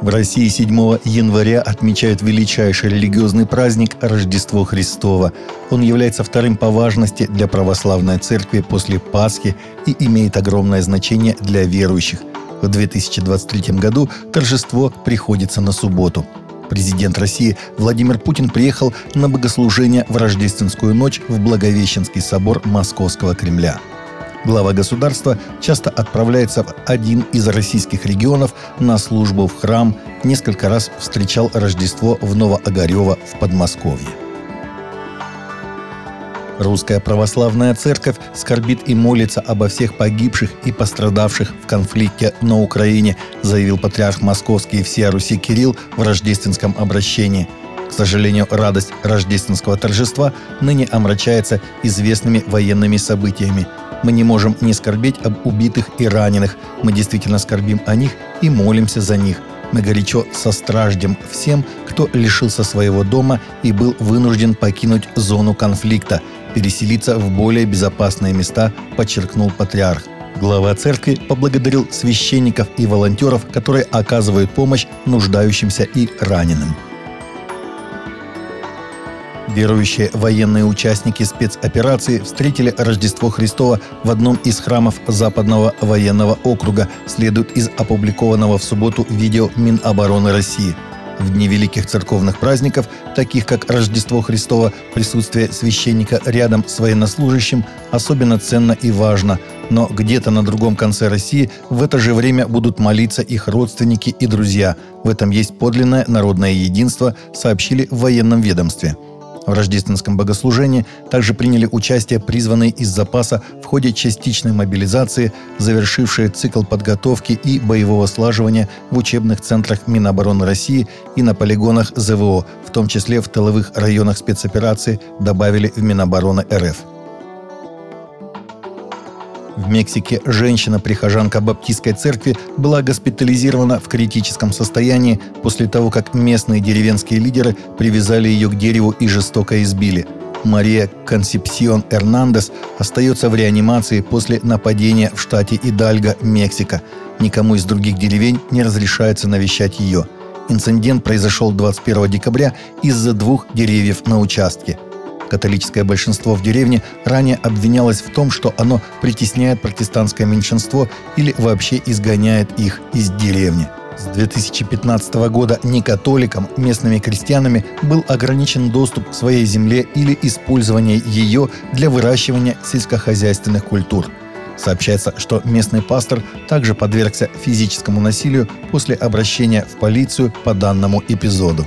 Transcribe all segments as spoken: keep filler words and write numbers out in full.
В России седьмого января отмечают величайший религиозный праздник Рождество Христово. Он является вторым по важности для православной церкви после Пасхи и имеет огромное значение для верующих. В две тысячи двадцать третьем году торжество приходится на субботу. Президент России Владимир Путин приехал на богослужение в рождественскую ночь в Благовещенский собор Московского Кремля. Глава государства часто отправляется в один из российских регионов на службу в храм, несколько раз встречал Рождество в Новоогарево в Подмосковье. Русская православная церковь скорбит и молится обо всех погибших и пострадавших в конфликте на Украине, заявил патриарх Московский и всея Руси Кирилл в рождественском обращении. К сожалению, радость рождественского торжества ныне омрачается известными военными событиями. Мы не можем не скорбеть об убитых и раненых. Мы действительно скорбим о них и молимся за них. Мы горячо состраждем всем, кто лишился своего дома и был вынужден покинуть зону конфликта, переселиться в более безопасные места, подчеркнул патриарх. Глава церкви поблагодарил священников и волонтеров, которые оказывают помощь нуждающимся и раненым. Верующие военные участники спецоперации встретили Рождество Христово в одном из храмов Западного военного округа, следует из опубликованного в субботу видео Минобороны России. В дни великих церковных праздников, таких как Рождество Христово, присутствие священника рядом с военнослужащим особенно ценно и важно. Но где-то на другом конце России в это же время будут молиться их родственники и друзья. В этом есть подлинное народное единство, сообщили в военном ведомстве. В рождественском богослужении также приняли участие призванные из запаса в ходе частичной мобилизации, завершившие цикл подготовки и боевого слаживания в учебных центрах Минобороны России и на полигонах ЗВО, в том числе в тыловых районах спецоперации, добавили в Минобороны РФ. В Мексике женщина-прихожанка Баптистской церкви была госпитализирована в критическом состоянии после того, как местные деревенские лидеры привязали ее к дереву и жестоко избили. Мария Консепсион Эрнандес остается в реанимации после нападения в штате Идальго, Мексика. Никому из других деревень не разрешается навещать ее. Инцидент произошел двадцать первого декабря из-за двух деревьев на участке. Католическое большинство в деревне ранее обвинялось в том, что оно притесняет протестантское меньшинство или вообще изгоняет их из деревни. С две тысячи пятнадцатого года некатоликам, местными крестьянами, был ограничен доступ к своей земле или использование ее для выращивания сельскохозяйственных культур. Сообщается, что местный пастор также подвергся физическому насилию после обращения в полицию по данному эпизоду.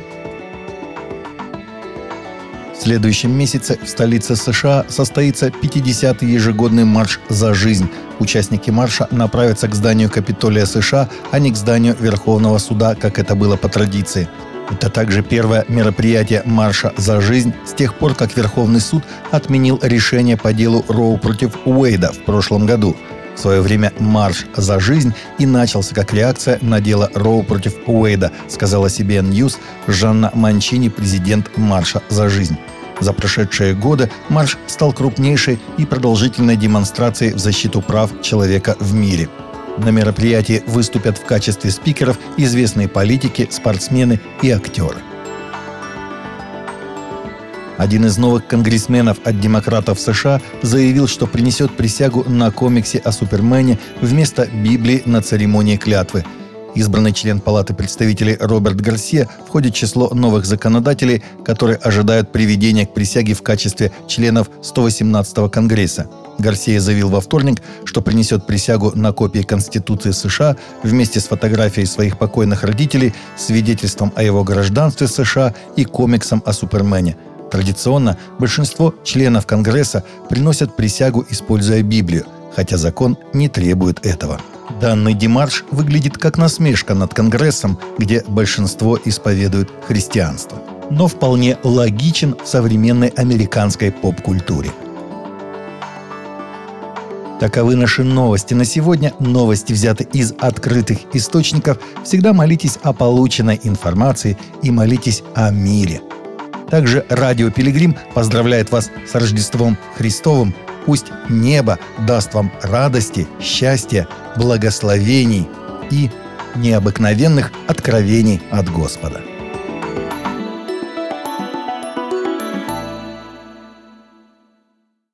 В следующем месяце в столице США состоится пятидесятый ежегодный марш «За жизнь». Участники марша направятся к зданию Капитолия США, а не к зданию Верховного суда, как это было по традиции. Это также первое мероприятие марша «За жизнь» с тех пор, как Верховный суд отменил решение по делу Роу против Уэйда в прошлом году. В свое время марш «За жизнь» и начался как реакция на дело Роу против Уэйда, сказала си би эн News Жанна Манчини, президент марша «За жизнь». За прошедшие годы марш стал крупнейшей и продолжительной демонстрацией в защиту прав человека в мире. На мероприятии выступят в качестве спикеров известные политики, спортсмены и актеры. Один из новых конгрессменов от демократов США заявил, что принесет присягу на комиксе о Супермене вместо Библии на церемонии клятвы. Избранный член Палаты представителей Роберт Гарсия входит в число новых законодателей, которые ожидают приведения к присяге в качестве членов сто восемнадцатого Конгресса. Гарсия заявил во вторник, что принесет присягу на копии Конституции США вместе с фотографией своих покойных родителей, свидетельством о его гражданстве США и комиксом о Супермене. Традиционно большинство членов Конгресса приносят присягу, используя Библию, хотя закон не требует этого. Данный демарш выглядит как насмешка над Конгрессом, где большинство исповедует христианство, но вполне логичен в современной американской поп-культуре. Таковы наши новости на сегодня. Новости взяты из открытых источников. Всегда молитесь о полученной информации и молитесь о мире. Также Радио Пилигрим поздравляет вас с Рождеством Христовым. Пусть небо даст вам радости, счастья, благословений и необыкновенных откровений от Господа.